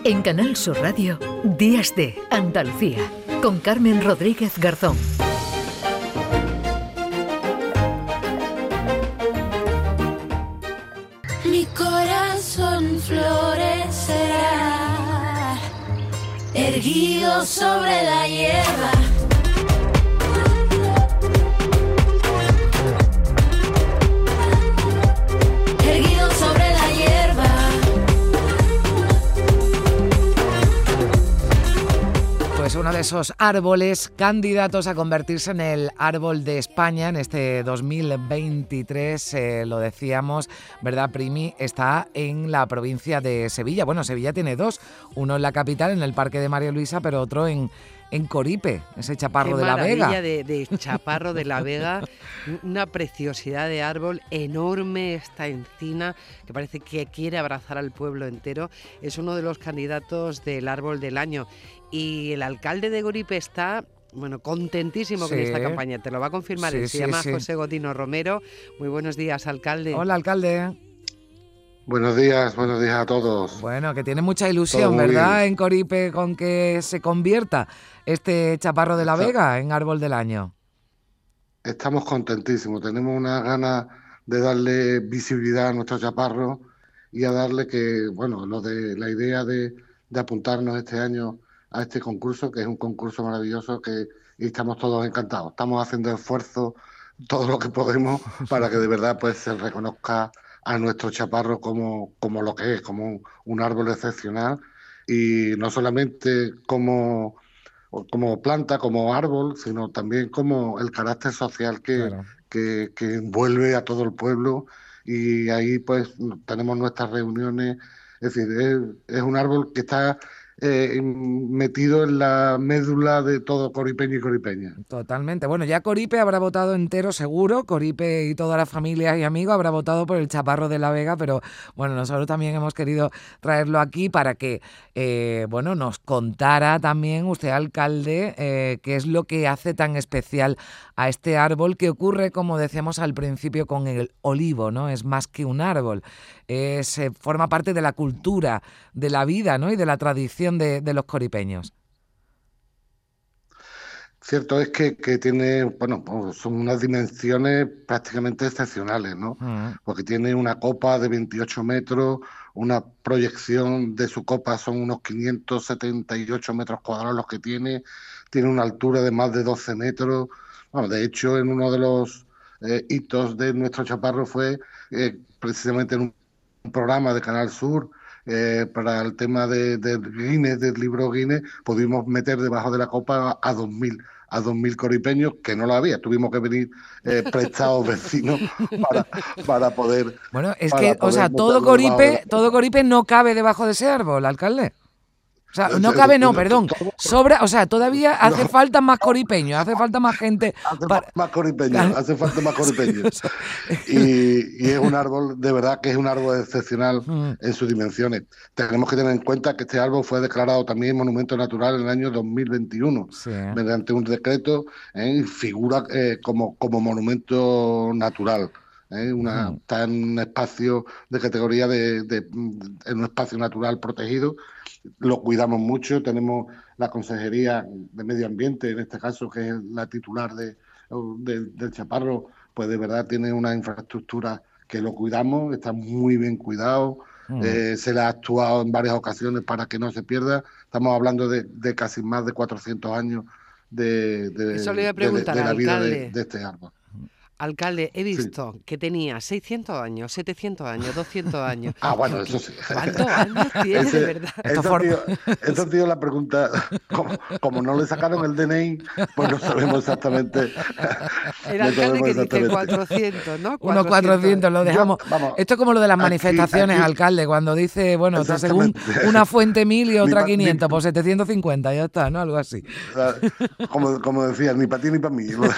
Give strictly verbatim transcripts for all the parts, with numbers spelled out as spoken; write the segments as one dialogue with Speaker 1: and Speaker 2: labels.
Speaker 1: En Canal Sur Radio, Días de Andalucía, con Carmen Rodríguez Garzón.
Speaker 2: Mi corazón florecerá, erguido sobre la hierba. Erguido sobre la hierba.
Speaker 3: Pues uno de esos árboles candidatos a convertirse en el árbol de España en este dos mil veintitrés, eh, lo decíamos, ¿verdad, Primi? Está en la provincia de Sevilla. Bueno, Sevilla tiene dos, uno en la capital, en el Parque de María Luisa, pero otro en, en Coripe, ese Chaparro
Speaker 4: Qué
Speaker 3: de la Vega.
Speaker 4: maravilla de, de Chaparro de la Vega, una preciosidad de árbol, enorme esta encina que parece que quiere abrazar al pueblo entero. Es uno de los candidatos del árbol del año. Y el alcalde de Coripe está, bueno, contentísimo sí. con esta campaña. Te lo va a confirmar. Sí, él. Se sí, llama sí. José Godino Romero. Muy buenos días, alcalde.
Speaker 3: Hola, alcalde.
Speaker 5: Buenos días, buenos días a todos.
Speaker 3: Bueno, que tiene mucha ilusión, ¿verdad? Bien. En Coripe con que se convierta este Chaparro de la Vega en árbol del año.
Speaker 5: Estamos contentísimos. Tenemos una ganas de darle visibilidad a nuestro chaparro y a darle que, bueno, lo de la idea de, de apuntarnos este año a este concurso, que es un concurso maravilloso que y estamos todos encantados. Estamos haciendo esfuerzo todo lo que podemos para que de verdad pues se reconozca a nuestro chaparro como, como lo que es, como un, un árbol excepcional, y no solamente como, como planta, como árbol, sino también como el carácter social que, claro. que, que envuelve a todo el pueblo, y ahí pues tenemos nuestras reuniones. Es decir, es, es un árbol que está Eh, metido en la médula de todo coripeño y coripeña.
Speaker 3: Totalmente. Bueno, ya Coripe habrá votado entero seguro, Coripe y todas las familias y amigos habrá votado por el Chaparro de la Vega, pero bueno, nosotros también hemos querido traerlo aquí para que eh, bueno, nos contara también usted, alcalde, eh, qué es lo que hace tan especial a este árbol, que ocurre, como decíamos al principio, con el olivo, ¿no? Es más que un árbol, es, eh, forma parte de la cultura, de la vida, ¿no? Y de la tradición De, de los coripeños.
Speaker 5: Cierto es que, que tiene, bueno, pues son unas dimensiones prácticamente excepcionales, ¿no? Uh-huh. Porque tiene una copa de veintiocho metros, una proyección de su copa son unos quinientos setenta y ocho metros cuadrados los que tiene, tiene una altura de más de doce metros. Bueno, de hecho, en uno de los eh, hitos de nuestro chaparro fue eh, precisamente en un programa de Canal Sur, Eh, para el tema de, de Guinness, del libro Guinness, pudimos meter debajo de la copa a dos mil a dos mil coripeños, que no lo había. Tuvimos que venir eh, prestados vecinos para, para poder...
Speaker 3: Bueno, es que, o sea, todo Coripe, todo Coripe no cabe debajo de ese árbol, alcalde. O sea, no cabe, no, perdón. Sobra, o sea, todavía hace no. falta más coripeños, hace falta más gente.
Speaker 5: Hace
Speaker 3: para...
Speaker 5: más coripeños, hace falta más coripeños. Y, y es un árbol, de verdad que es un árbol excepcional mm. en sus dimensiones. Tenemos que tener en cuenta que este árbol fue declarado también monumento natural en el año dos mil veintiuno, sí. mediante un decreto, eh, figura eh, como, como monumento natural. ¿eh? Una, mm. Está en un espacio de categoría de, de, de en un espacio natural protegido. Lo cuidamos mucho, tenemos la Consejería de Medio Ambiente, en este caso, que es la titular de, de, del Chaparro, pues de verdad tiene una infraestructura que lo cuidamos, está muy bien cuidado, mm. eh, se le ha actuado en varias ocasiones para que no se pierda. Estamos hablando de, de casi más de cuatrocientos años de, de,
Speaker 4: Eso le iba a preguntar,
Speaker 5: de, de la vida
Speaker 4: de,
Speaker 5: de este árbol.
Speaker 4: Alcalde, he visto sí. que tenía seiscientos años, setecientos años, doscientos años.
Speaker 5: Ah, bueno, eso sí.
Speaker 4: ¿Cuántos años tiene, Ese, de verdad?
Speaker 5: Eso, tío, eso tío, la pregunta, como, como no le sacaron el D N I, pues no sabemos exactamente.
Speaker 4: El alcalde no que dice cuatrocientos, ¿no?
Speaker 3: Unos cuatrocientos, lo dejamos. Yo, vamos, esto es como lo de las manifestaciones, aquí, aquí, alcalde, cuando dice, bueno, según una fuente mil y otra ni quinientos, pa, pues setecientos cincuenta, ya está, ¿no? Algo así.
Speaker 5: Como, como decía, ni para ti ni para mí. Lo,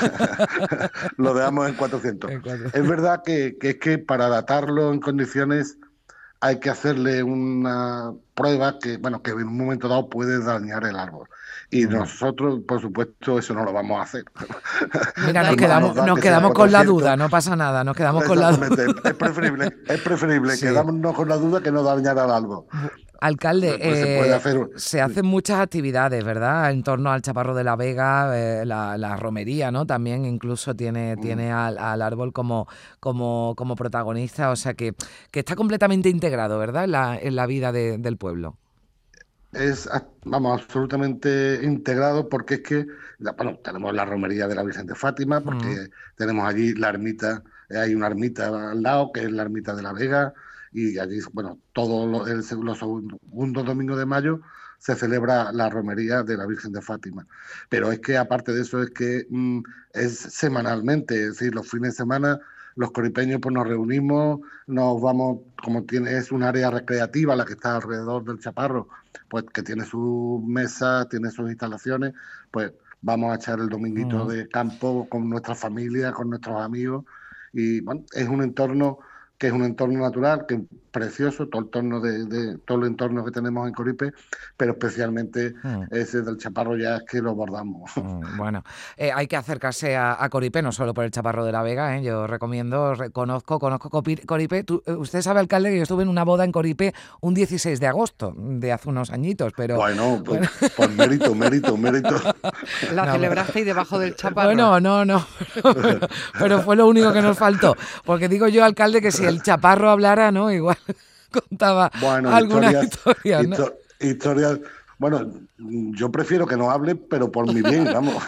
Speaker 5: lo dejamos en cuatrocientos. Es verdad que, que es que para datarlo en condiciones hay que hacerle una prueba que, bueno, que en un momento dado puede dañar el árbol. Y uh-huh. nosotros, por supuesto, eso no lo vamos a hacer.
Speaker 3: Mira, nos quedamos, nos quedamos con la duda, no pasa nada, nos quedamos con la duda.
Speaker 5: Es preferible, es preferible sí. quedarnos con la duda que no dañar al árbol.
Speaker 3: Alcalde,
Speaker 5: pues se
Speaker 3: eh,
Speaker 5: puede hacer...
Speaker 3: se hacen muchas actividades, ¿verdad? En torno al Chaparro de la Vega, eh, la, la romería, ¿no? También incluso tiene,
Speaker 5: Mm.
Speaker 3: tiene al, al árbol como, como, como protagonista, o sea que, que está completamente integrado, ¿verdad? En la, en la vida de- del pueblo.
Speaker 5: Es, a- vamos, absolutamente integrado porque es que, la- bueno, tenemos la romería de la Virgen de Fátima, porque
Speaker 3: Mm.
Speaker 5: tenemos allí la ermita, eh, hay una ermita al lado, que es la ermita de la Vega, y allí, bueno, todos los, el seg- los segundos domingos de mayo se celebra la romería de la Virgen de Fátima. Pero es que, aparte de eso, es que mm, es semanalmente, es decir, los fines de semana los coripeños pues nos reunimos, nos vamos, como tiene, es un área recreativa la que está alrededor del Chaparro, pues que tiene sus mesas, tiene sus instalaciones, pues vamos a echar el dominguito
Speaker 3: Mm.
Speaker 5: de campo con nuestra familia, con nuestros amigos, y bueno, es un entorno que es un entorno natural, que es precioso, todo el entorno de, de todo el entorno que tenemos en Coripe, pero especialmente
Speaker 3: Mm.
Speaker 5: ese del Chaparro ya es que lo bordamos.
Speaker 3: Mm, Bueno, eh, hay que acercarse a, a Coripe, no solo por el Chaparro de la Vega, ¿eh? Yo recomiendo, reconozco, conozco Copi- Coripe. Tú- eh, usted sabe, alcalde, que yo estuve en una boda en Coripe un dieciséis de agosto de hace unos añitos, pero...
Speaker 5: Bueno, pues, pues mérito, mérito, mérito.
Speaker 4: La
Speaker 3: No,
Speaker 4: celebrasteis debajo del chaparro.
Speaker 3: Bueno, no, no, pero, pero- pero fue lo único que nos faltó, porque digo yo, alcalde, que si el Chaparro hablara, ¿no? Igual contaba
Speaker 5: Bueno,
Speaker 3: alguna
Speaker 5: historias,
Speaker 3: historia, ¿no?
Speaker 5: histo- historias, bueno, yo prefiero que no hable, pero por mi bien, vamos.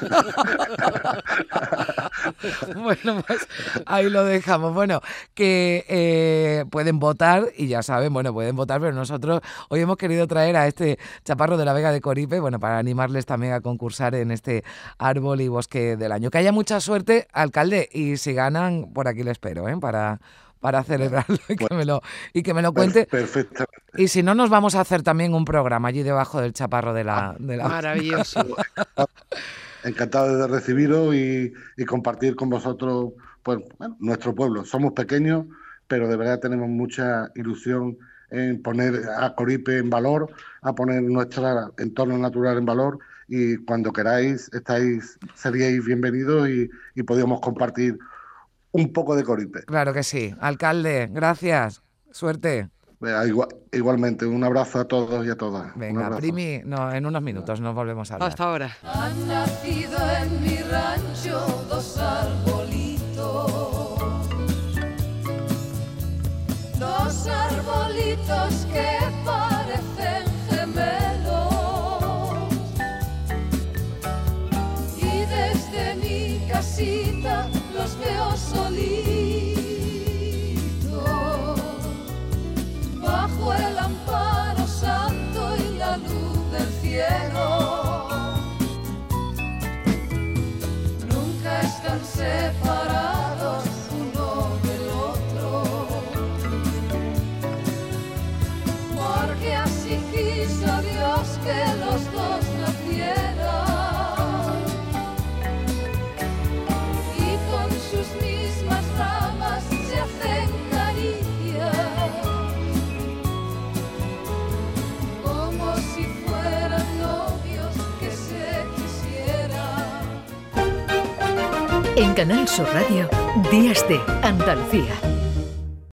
Speaker 3: Bueno, pues ahí lo dejamos. Bueno, que eh, pueden votar y ya saben, bueno, pueden votar, pero nosotros hoy hemos querido traer a este Chaparro de la Vega de Coripe, bueno, para animarles también a concursar en este árbol y bosque del año. Que haya mucha suerte, alcalde, y si ganan, por aquí le espero, ¿eh? Para, para celebrarlo y que me lo, y que me lo cuente.
Speaker 5: Perfecto.
Speaker 3: Y si no, nos vamos a hacer también un programa allí debajo del Chaparro de la... De la...
Speaker 4: Maravilloso.
Speaker 5: Encantado de recibiros y, y compartir con vosotros pues, bueno, nuestro pueblo. Somos pequeños, pero de verdad tenemos mucha ilusión en poner a Coripe en valor, a poner nuestro entorno natural en valor, y cuando queráis estáis, seríais bienvenidos y, y podíamos compartir un poco de Coripe.
Speaker 3: Claro que sí. Alcalde, gracias. Suerte.
Speaker 5: Eh, Igual, igualmente, un abrazo a todos y a todas. Un
Speaker 3: Venga,
Speaker 5: abrazo.
Speaker 3: Primi, no, en unos minutos nos volvemos a hablar.
Speaker 4: Hasta ahora.
Speaker 2: Han nacido en mi rancho dos arbolitos, dos arbolitos que parecen gemelos, y desde mi casita los veo solitos, bajo el amparo santo y la luz del cielo. Nunca están separados uno del otro, porque así quiso Dios que los dos nacieran, y con sus mismas ramas se hacen caricias, como si fueran novios que se quisieran.
Speaker 1: En Canal Sur Radio, Días de Andalucía.